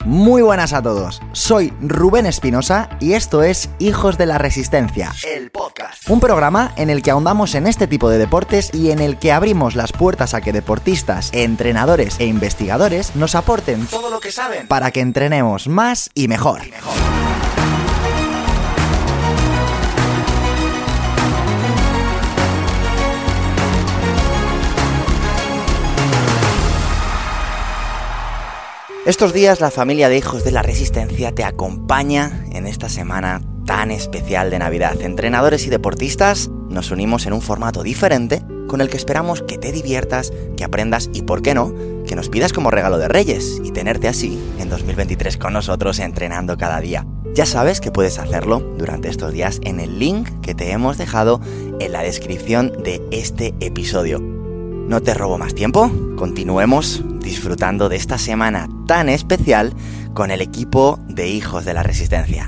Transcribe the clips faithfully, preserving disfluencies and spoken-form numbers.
Muy buenas a todos, soy Rubén Espinosa y esto es Hijos de la Resistencia, el podcast. Un programa en el que ahondamos en este tipo de deportes y en el que abrimos las puertas a que deportistas, entrenadores e investigadores nos aporten todo lo que saben para que entrenemos más y mejor. Y mejor. Estos días la familia de Hijos de la Resistencia te acompaña en esta semana tan especial de Navidad. Entrenadores y deportistas nos unimos en un formato diferente con el que esperamos que te diviertas, que aprendas y, por qué no, que nos pidas como regalo de Reyes y tenerte así en dos mil veintitrés con nosotros entrenando cada día. Ya sabes que puedes hacerlo durante estos días en el link que te hemos dejado en la descripción de este episodio. No te robo más tiempo, continuemos disfrutando de esta semana tan especial con el equipo de Hijos de la Resistencia.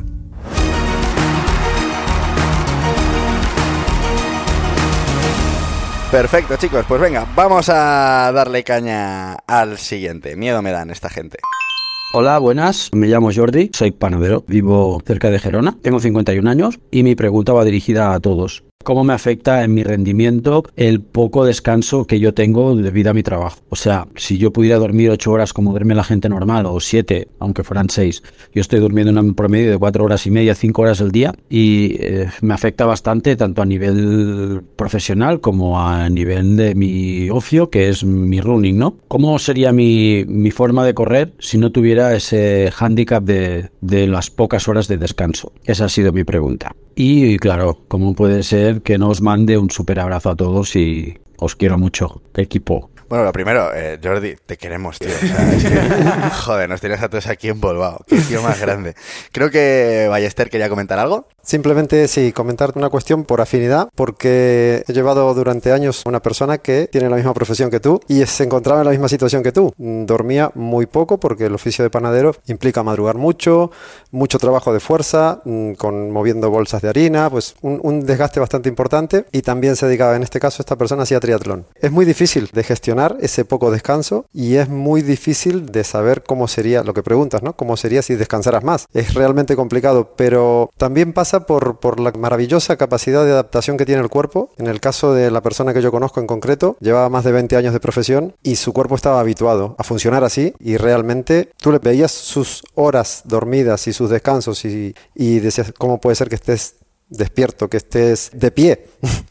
Perfecto, chicos, pues venga, vamos a darle caña al siguiente. Miedo me dan esta gente. Hola, buenas, me llamo Jordi, soy panadero, vivo cerca de Gerona, tengo cincuenta y un años y mi pregunta va dirigida a todos. ¿Cómo me afecta en mi rendimiento el poco descanso que yo tengo debido a mi trabajo? O sea, si yo pudiera dormir ocho horas como duerme la gente normal, o siete, aunque fueran seis, yo estoy durmiendo en un promedio de cuatro horas y media, cinco horas al día, y eh, me afecta bastante tanto a nivel profesional como a nivel de mi ocio, que es mi running, ¿no? ¿Cómo sería mi, mi forma de correr si no tuviera ese hándicap de, de las pocas horas de descanso? Esa ha sido mi pregunta. Y claro, ¿cómo puede ser que no os mande un súper abrazo a todos y os quiero mucho, equipo? Bueno, lo primero, eh, Jordi, te queremos, tío. O sea, es que, joder, nos tienes a todos aquí envolvados. Qué tío más grande. Creo que Ballester quería comentar algo. Simplemente, sí, comentarte una cuestión por afinidad, porque he llevado durante años una persona que tiene la misma profesión que tú y se encontraba en la misma situación que tú. Dormía muy poco porque el oficio de panadero implica madrugar mucho, mucho trabajo de fuerza, con moviendo bolsas de harina, pues un, un desgaste bastante importante, y también se dedicaba, en este caso, esta persona hacía triatlón. Es muy difícil de gestionar ese poco descanso y es muy difícil de saber cómo sería, lo que preguntas, ¿no? ¿Cómo sería si descansaras más? Es realmente complicado, pero también pasa por, por la maravillosa capacidad de adaptación que tiene el cuerpo. En el caso de la persona que yo conozco en concreto, llevaba más de veinte años de profesión y su cuerpo estaba habituado a funcionar así, y realmente tú le veías sus horas dormidas y sus descansos y, y decías, ¿cómo puede ser que estés despierto, que estés de pie?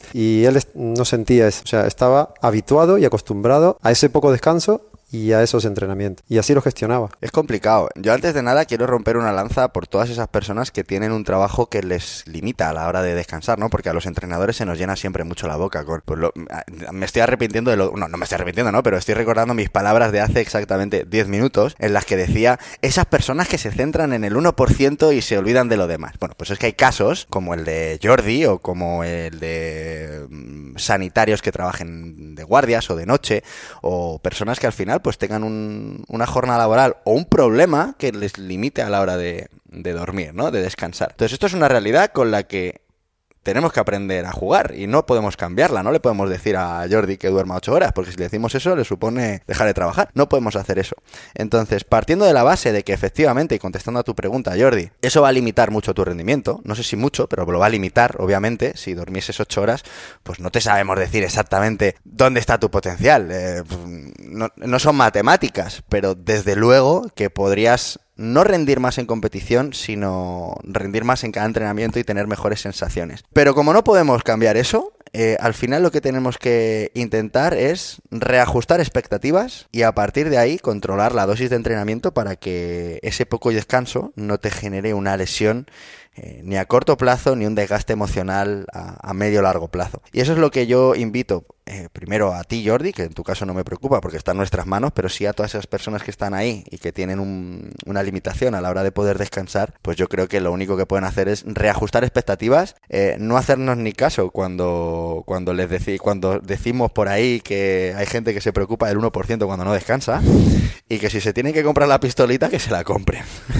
Y él no sentía eso, o sea, estaba habituado y acostumbrado a ese poco descanso y a esos entrenamientos, y así lo gestionaba. Es complicado. Yo antes de nada quiero romper una lanza por todas esas personas que tienen un trabajo que les limita a la hora de descansar, ¿no? Porque a los entrenadores se nos llena siempre mucho la boca con, pues lo, me estoy arrepintiendo de lo... No, no me estoy arrepintiendo, ¿no? Pero estoy recordando mis palabras de hace exactamente diez minutos en las que decía esas personas que se centran en el uno por ciento y se olvidan de lo demás. Bueno, pues es que hay casos como el de Jordi o como el de um, sanitarios que trabajen de guardias o de noche, o personas que al final pues tengan un, una jornada laboral o un problema que les limite a la hora de, de dormir, ¿no? De descansar. Entonces esto es una realidad con la que tenemos que aprender a jugar y no podemos cambiarla. No le podemos decir a Jordi que duerma ocho horas, porque si le decimos eso le supone dejar de trabajar. No podemos hacer eso. Entonces, partiendo de la base de que efectivamente, y contestando a tu pregunta, Jordi, eso va a limitar mucho tu rendimiento. No sé si mucho, pero lo va a limitar, obviamente. Si durmieses ocho horas, pues no te sabemos decir exactamente dónde está tu potencial. Eh, no, no son matemáticas, pero desde luego que podrías no rendir más en competición, sino rendir más en cada entrenamiento y tener mejores sensaciones. Pero como no podemos cambiar eso, eh, al final lo que tenemos que intentar es reajustar expectativas y a partir de ahí controlar la dosis de entrenamiento para que ese poco descanso no te genere una lesión eh, ni a corto plazo ni un desgaste emocional a, a medio o largo plazo. Y eso es lo que yo invito eh, primero a ti, Jordi, que en tu caso no me preocupa porque está en nuestras manos, pero sí a todas esas personas que están ahí y que tienen un, una limitación a la hora de poder descansar. Pues yo creo que lo único que pueden hacer es reajustar expectativas, eh, no hacernos ni caso cuando, cuando les deci- cuando decimos por ahí que hay gente que se preocupa del uno por ciento cuando no descansa, y que si se tienen que comprar la pistolita, que se la compren.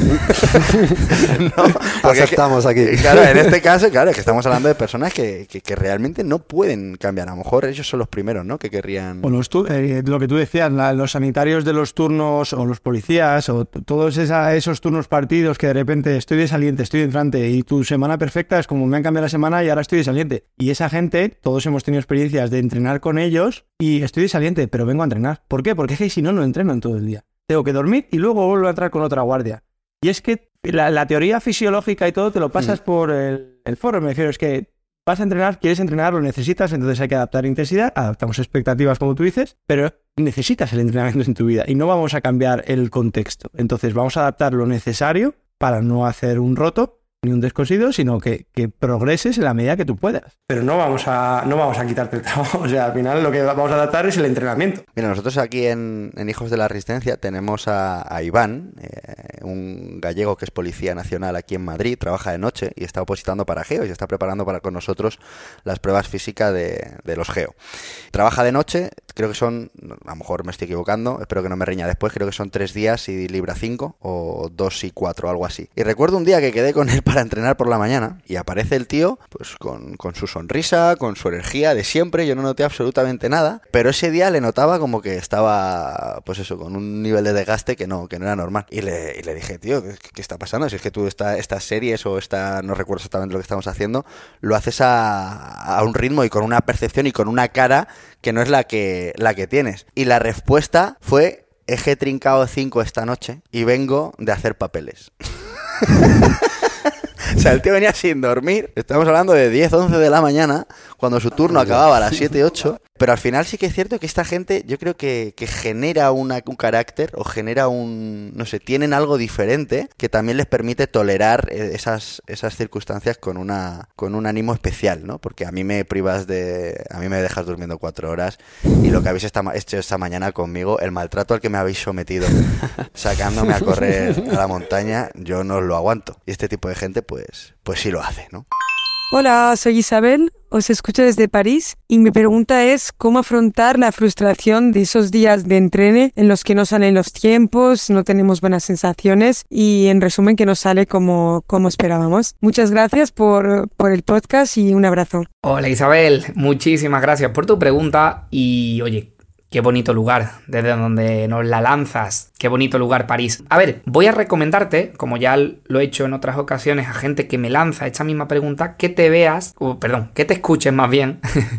No, porque aceptamos aquí. Claro, en este caso, claro, es que estamos hablando de personas que, que, que realmente no pueden cambiar. A lo mejor ellos son los primeros, ¿no? Que querrían... O los tu- eh, lo que tú decías, la, los sanitarios de los turnos o los policías o t- todos esa, esos turnos partidos que de repente estoy de saliente, estoy de entrante y tu semana perfecta es como me han cambiado la semana y ahora estoy de saliente. Y esa gente, todos hemos tenido experiencias de entrenar con ellos y estoy de saliente, pero vengo a entrenar. ¿Por qué? Porque es que si no, no entreno en todo el día. Tengo que dormir y luego vuelvo a entrar con otra guardia. Y es que la, la teoría fisiológica y todo te lo pasas mm. por el, el foro, me refiero, es que vas a entrenar, quieres entrenar, lo necesitas, entonces hay que adaptar intensidad, adaptamos expectativas como tú dices, pero necesitas el entrenamiento en tu vida y no vamos a cambiar el contexto. Entonces vamos a adaptar lo necesario para no hacer un roto ni un descosido, sino que, que progreses en la medida que tú puedas. Pero no vamos a no vamos a quitarte el trabajo, o sea, al final lo que vamos a adaptar es el entrenamiento. Mira, nosotros aquí en, en Hijos de la Resistencia tenemos a, a Iván, eh, un gallego que es policía nacional aquí en Madrid, trabaja de noche y está opositando para GEO y se está preparando para con nosotros las pruebas físicas de, de los GEO. Trabaja de noche, creo que son, a lo mejor me estoy equivocando, espero que no me riña después, creo que son tres días y libra cinco o dos y cuatro, algo así. Y recuerdo un día que quedé con él para entrenar por la mañana y aparece el tío pues con, con su sonrisa, con su energía de siempre, yo no noté absolutamente nada, pero ese día le notaba como que estaba pues eso, con un nivel de desgaste que no, que no era normal. Y le, y le dije, tío, ¿qué, ¿qué está pasando? Si es que tú esta, estas series o esta, no recuerdo exactamente lo que estamos haciendo, lo haces a, a un ritmo y con una percepción y con una cara que no es la que, la que tienes. Y la respuesta fue, he trincado cinco esta noche y vengo de hacer papeles. O sea, el tío venía sin dormir. Estamos hablando de diez, once de la mañana, cuando su turno acababa a las siete, ocho. Pero al final sí que es cierto que esta gente, yo creo que, que genera una, un carácter o genera un... no sé, tienen algo diferente que también les permite tolerar esas, esas circunstancias con una con un ánimo especial, ¿no? Porque a mí me privas de... a mí me dejas durmiendo cuatro horas y lo que habéis esta, hecho esta mañana conmigo, el maltrato al que me habéis sometido, sacándome a correr a la montaña, yo no lo aguanto. Y este tipo de gente, pues, pues sí lo hace, ¿no? Hola, soy Isabel, os escucho desde París y mi pregunta es cómo afrontar la frustración de esos días de entrene en los que no salen los tiempos, no tenemos buenas sensaciones y en resumen que no sale como, como esperábamos. Muchas gracias por, por el podcast y un abrazo. Hola Isabel, muchísimas gracias por tu pregunta y oye, qué bonito lugar, desde donde nos la lanzas. Qué bonito lugar, París. A ver, voy a recomendarte, como ya lo he hecho en otras ocasiones, a gente que me lanza esta misma pregunta, que te veas, o perdón, que te escuches más bien,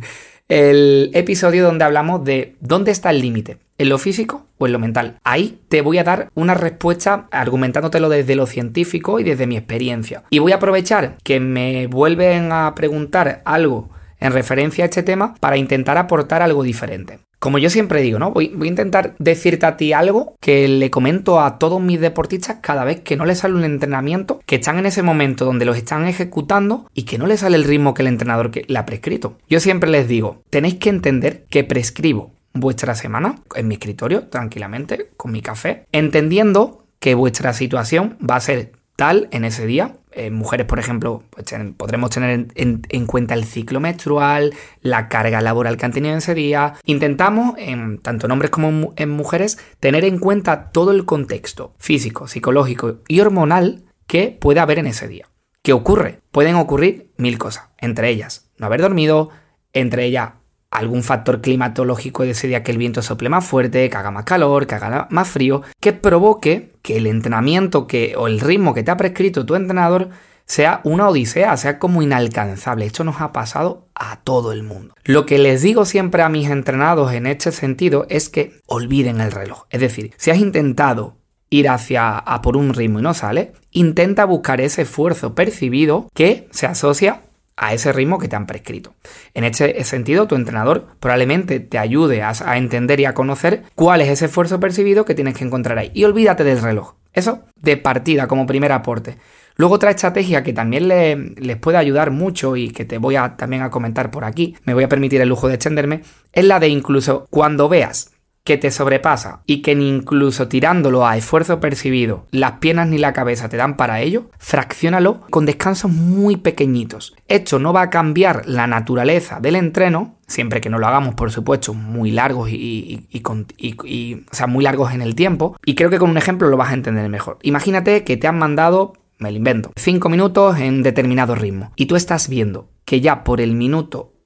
el episodio donde hablamos de dónde está el límite, en lo físico o en lo mental. Ahí te voy a dar una respuesta argumentándotelo desde lo científico y desde mi experiencia. Y voy a aprovechar que me vuelven a preguntar algo en referencia a este tema para intentar aportar algo diferente. Como yo siempre digo, ¿no? Voy, voy a intentar decirte a ti algo que le comento a todos mis deportistas cada vez que no les sale un entrenamiento, que están en ese momento donde los están ejecutando y que no les sale el ritmo que el entrenador que le ha prescrito. Yo siempre les digo, tenéis que entender que prescribo vuestra semana en mi escritorio, tranquilamente, con mi café, entendiendo que vuestra situación va a ser tal en ese día. Eh, mujeres, por ejemplo, pues, ten, podremos tener en, en, en cuenta el ciclo menstrual, la carga laboral que han tenido en ese día. Intentamos, en, tanto en hombres como en, en mujeres, tener en cuenta todo el contexto físico, psicológico y hormonal que puede haber en ese día. ¿Qué ocurre? Pueden ocurrir mil cosas, entre ellas no haber dormido, entre ellas algún factor climatológico de ese día, que el viento sople más fuerte, que haga más calor, que haga más frío, que provoque que el entrenamiento que, o el ritmo que te ha prescrito tu entrenador sea una odisea, sea como inalcanzable. Esto nos ha pasado a todo el mundo. Lo que les digo siempre a mis entrenados en este sentido es que olviden el reloj. Es decir, si has intentado ir hacia a por un ritmo y no sale, intenta buscar ese esfuerzo percibido que se asocia a ese ritmo que te han prescrito. En este sentido, tu entrenador probablemente te ayude a, a entender y a conocer cuál es ese esfuerzo percibido que tienes que encontrar ahí. Y olvídate del reloj. Eso de partida, como primer aporte. Luego otra estrategia que también le, les puede ayudar mucho y que te voy a también a comentar por aquí, me voy a permitir el lujo de extenderme, es la de incluso cuando veas que te sobrepasa y que ni incluso tirándolo a esfuerzo percibido las piernas ni la cabeza te dan para ello, fracciónalo con descansos muy pequeñitos. Esto no va a cambiar la naturaleza del entreno, siempre que no lo hagamos, por supuesto, muy largos y, y, y, y, y o sea, muy largos en el tiempo, y creo que con un ejemplo lo vas a entender mejor. Imagínate que te han mandado, me lo invento, cinco minutos en determinado ritmo y tú estás viendo que ya por el minuto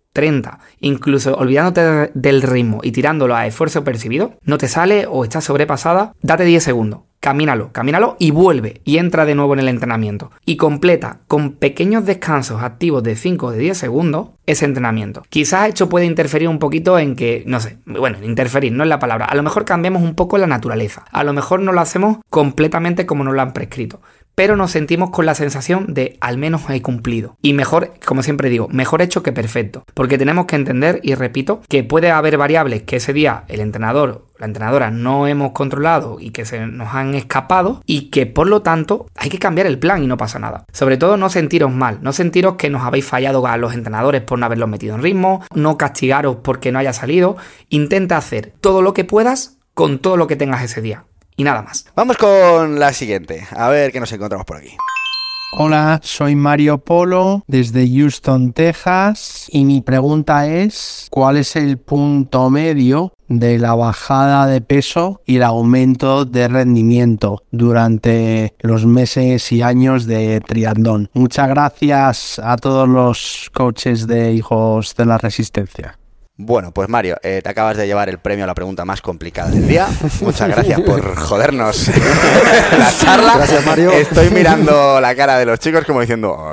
treinta, incluso olvidándote del ritmo y tirándolo a esfuerzo percibido, no te sale o estás sobrepasada, date diez segundos. Camínalo, camínalo y vuelve y entra de nuevo en el entrenamiento. Y completa con pequeños descansos activos de cinco o de diez segundos ese entrenamiento. Quizás esto puede interferir un poquito en que, no sé, bueno, interferir no es la palabra. A lo mejor cambiamos un poco la naturaleza. A lo mejor no lo hacemos completamente como nos lo han prescrito. Pero nos sentimos con la sensación de al menos he cumplido. Y mejor, como siempre digo, mejor hecho que perfecto. Porque tenemos que entender, y repito, que puede haber variables que ese día el entrenador, la entrenadora no hemos controlado y que se nos han escapado y que por lo tanto hay que cambiar el plan y no pasa nada. Sobre todo no sentiros mal, no sentiros que nos habéis fallado a los entrenadores por no haberlos metido en ritmo, no castigaros porque no haya salido. Intenta hacer todo lo que puedas con todo lo que tengas ese día. Y nada más. Vamos con la siguiente. A ver qué nos encontramos por aquí. Hola, soy Mario Polo desde Houston, Texas, y mi pregunta es ¿cuál es el punto medio de la bajada de peso y el aumento de rendimiento durante los meses y años de triatlón? Muchas gracias a todos los coaches de Hijos de la Resistencia. Bueno, pues Mario, eh, te acabas de llevar el premio a la pregunta más complicada del día. Muchas gracias por jodernos la charla. Gracias, Mario. Estoy mirando la cara de los chicos como diciendo oh, a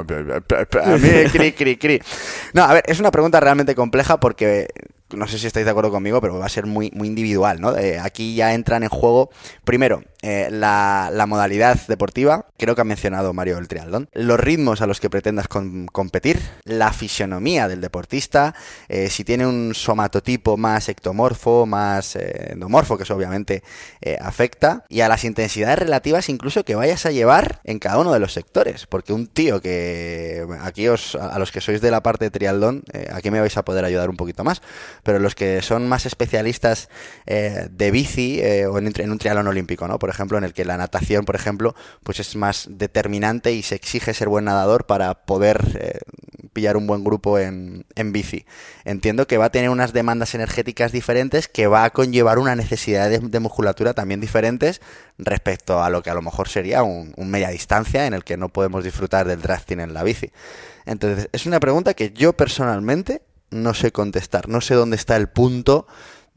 mí, cri, cri, cri. No, a ver, es una pregunta realmente compleja porque no sé si estáis de acuerdo conmigo, pero va a ser muy, muy individual, ¿no? Eh, aquí ya entran en juego, primero, eh, la, la modalidad deportiva, creo que ha mencionado Mario el triatlón, los ritmos a los que pretendas con, competir, la fisionomía del deportista, eh, si tiene un somatotipo más ectomorfo, más eh, endomorfo, que eso obviamente eh, afecta, y a las intensidades relativas incluso que vayas a llevar en cada uno de los sectores, porque un tío que, aquí os, a los que sois de la parte de triatlón, eh, aquí me vais a poder ayudar un poquito más, pero los que son más especialistas eh, de bici eh, o en, en un triatlón olímpico, ¿no? Por ejemplo, en el que la natación, por ejemplo, pues es más determinante y se exige ser buen nadador para poder eh, pillar un buen grupo en, en bici. Entiendo que va a tener unas demandas energéticas diferentes, que va a conllevar una necesidad de, de musculatura también diferentes respecto a lo que a lo mejor sería un, un media distancia en el que no podemos disfrutar del drafting en la bici. Entonces, es una pregunta que yo personalmente no sé contestar, no sé dónde está el punto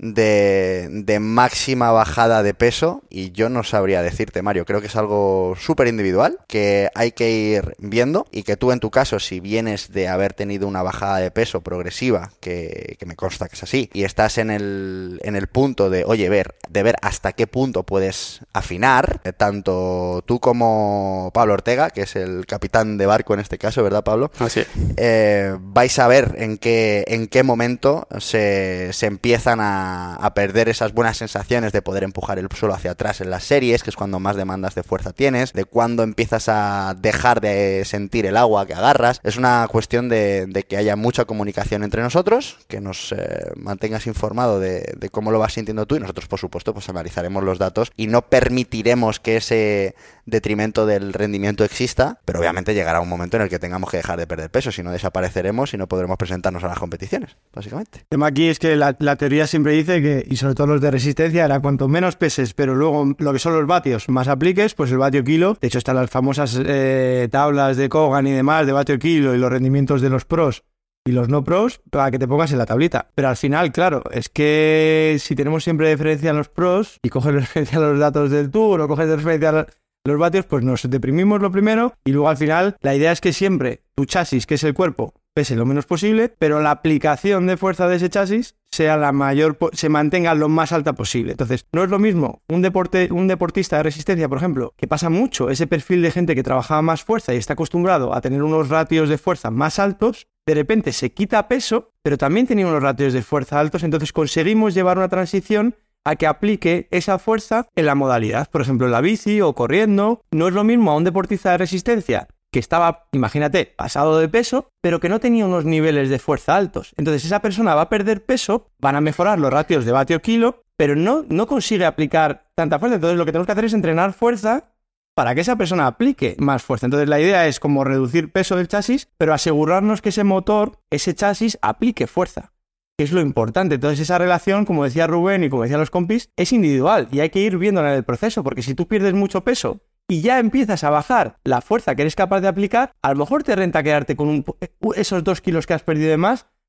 de, de máxima bajada de peso y yo no sabría decirte, Mario. Creo que es algo súper individual que hay que ir viendo y que tú en tu caso, si vienes de haber tenido una bajada de peso progresiva, que, que me consta que es así, y estás en el, en el punto de, oye, ver, de ver hasta qué punto puedes afinar, eh, tanto tú como Pablo Ortega, que es el capitán de barco en este caso, ¿verdad, Pablo? Así es. Eh, vais a ver en qué, en qué momento se, se empiezan a a perder esas buenas sensaciones de poder empujar el suelo hacia atrás en las series, que es cuando más demandas de fuerza tienes, de cuando empiezas a dejar de sentir el agua que agarras. Es una cuestión de, de que haya mucha comunicación entre nosotros, que nos eh, mantengas informado de, de cómo lo vas sintiendo tú y nosotros, por supuesto, pues analizaremos los datos y no permitiremos que ese detrimento del rendimiento exista, pero obviamente llegará un momento en el que tengamos que dejar de perder peso, si no desapareceremos y no podremos presentarnos a las competiciones, básicamente. El tema aquí es que la, la teoría siempre dice que, y sobre todo los de resistencia, era cuanto menos peses, pero luego lo que son los vatios más apliques, pues el vatio kilo. De hecho están las famosas eh, tablas de Kogan y demás de vatio kilo y los rendimientos de los pros y los no pros para que te pongas en la tablita. Pero al final, claro, es que si tenemos siempre de referencia a los pros y coges de referencia a los datos del Tour o coges de referencia a los vatios, pues nos deprimimos lo primero y luego al final la idea es que siempre tu chasis, que es el cuerpo, pese lo menos posible, pero la aplicación de fuerza de ese chasis sea la mayor, se mantenga lo más alta posible. Entonces, no es lo mismo un deporte, un deportista de resistencia, por ejemplo, que pasa mucho ese perfil de gente que trabaja más fuerza y está acostumbrado a tener unos ratios de fuerza más altos, de repente se quita peso, pero también tenía unos ratios de fuerza altos, entonces conseguimos llevar una transición a que aplique esa fuerza en la modalidad, por ejemplo en la bici o corriendo. No es lo mismo a un deportista de resistencia que estaba, imagínate, pasado de peso, pero que no tenía unos niveles de fuerza altos. Entonces esa persona va a perder peso, van a mejorar los ratios de vatio kilo, pero no, no consigue aplicar tanta fuerza. Entonces lo que tenemos que hacer es entrenar fuerza para que esa persona aplique más fuerza. Entonces la idea es como reducir peso del chasis, pero asegurarnos que ese motor, ese chasis, aplique fuerza, que es lo importante. Entonces esa relación, como decía Rubén y como decían los compis, es individual y hay que ir viéndola en el proceso, porque si tú pierdes mucho peso y ya empiezas a bajar la fuerza que eres capaz de aplicar, a lo mejor te renta quedarte con un, esos dos kilos que has perdido de más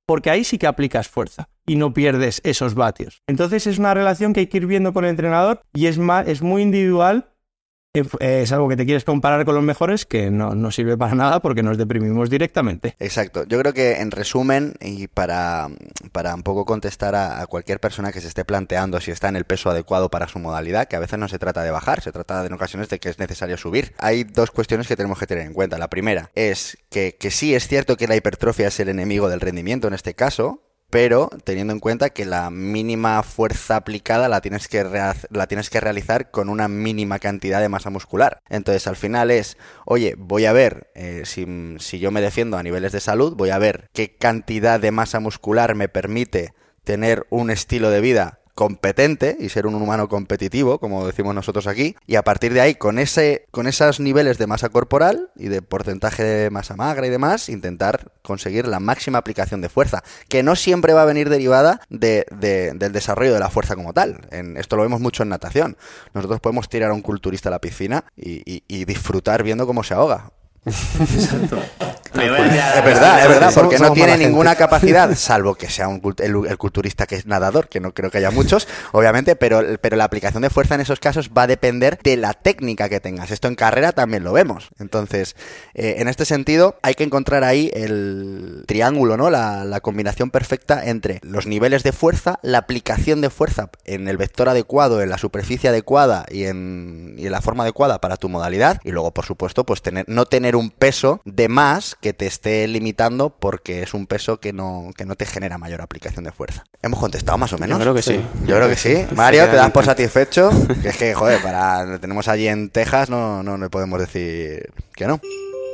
porque ahí sí que aplicas fuerza y no pierdes esos vatios. Entonces es una relación que hay que ir viendo con el entrenador y es, más, es muy individual. Es algo que te quieres comparar con los mejores que no, no sirve para nada porque nos deprimimos directamente. Exacto. Yo creo que en resumen, y para, para un poco contestar a, a cualquier persona que se esté planteando si está en el peso adecuado para su modalidad, que a veces no se trata de bajar, se trata en ocasiones de que es necesario subir. Hay dos cuestiones que tenemos que tener en cuenta. La primera es que, que sí es cierto que la hipertrofia es el enemigo del rendimiento en este caso, pero teniendo en cuenta que la mínima fuerza aplicada la tienes que rea- la tienes que realizar con una mínima cantidad de masa muscular. Entonces, al final es, oye, voy a ver eh, si, si yo me defiendo a niveles de salud, voy a ver qué cantidad de masa muscular me permite tener un estilo de vida competente y ser un humano competitivo, como decimos nosotros aquí, y a partir de ahí, con ese con esos niveles de masa corporal y de porcentaje de masa magra y demás, intentar conseguir la máxima aplicación de fuerza, que no siempre va a venir derivada de, de, del desarrollo de la fuerza como tal. En, esto lo vemos mucho en natación. Nosotros podemos tirar a un culturista a la piscina y, y, y disfrutar viendo cómo se ahoga. Exacto. Es verdad, es verdad, porque no tiene ninguna capacidad, salvo que sea un, el, el culturista que es nadador, que no creo que haya muchos, obviamente, pero, pero la aplicación de fuerza en esos casos va a depender de la técnica que tengas. Esto en carrera también lo vemos. Entonces, eh, en este sentido, hay que encontrar ahí el triángulo, ¿no? La, la combinación perfecta entre los niveles de fuerza, la aplicación de fuerza en el vector adecuado, en la superficie adecuada y en, y en la forma adecuada para tu modalidad, y luego, por supuesto, pues tener, no tener un peso de más que te esté limitando porque es un peso que no, que no te genera mayor aplicación de fuerza. ¿Hemos contestado más o menos? Yo creo que sí. Yo creo que sí. Mario, ¿te das por satisfecho? Que es que, joder, para lo tenemos allí en Texas, no, no le podemos decir que no.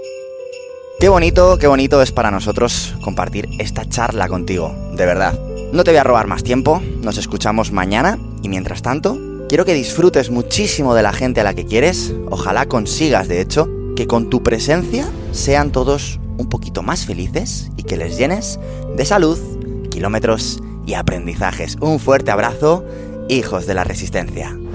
Qué bonito, qué bonito es para nosotros compartir esta charla contigo, de verdad. No te voy a robar más tiempo, nos escuchamos mañana y mientras tanto, quiero que disfrutes muchísimo de la gente a la que quieres, ojalá consigas, de hecho, que con tu presencia sean todos un poquito más felices y que les llenes de salud, kilómetros y aprendizajes. Un fuerte abrazo, hijos de la resistencia.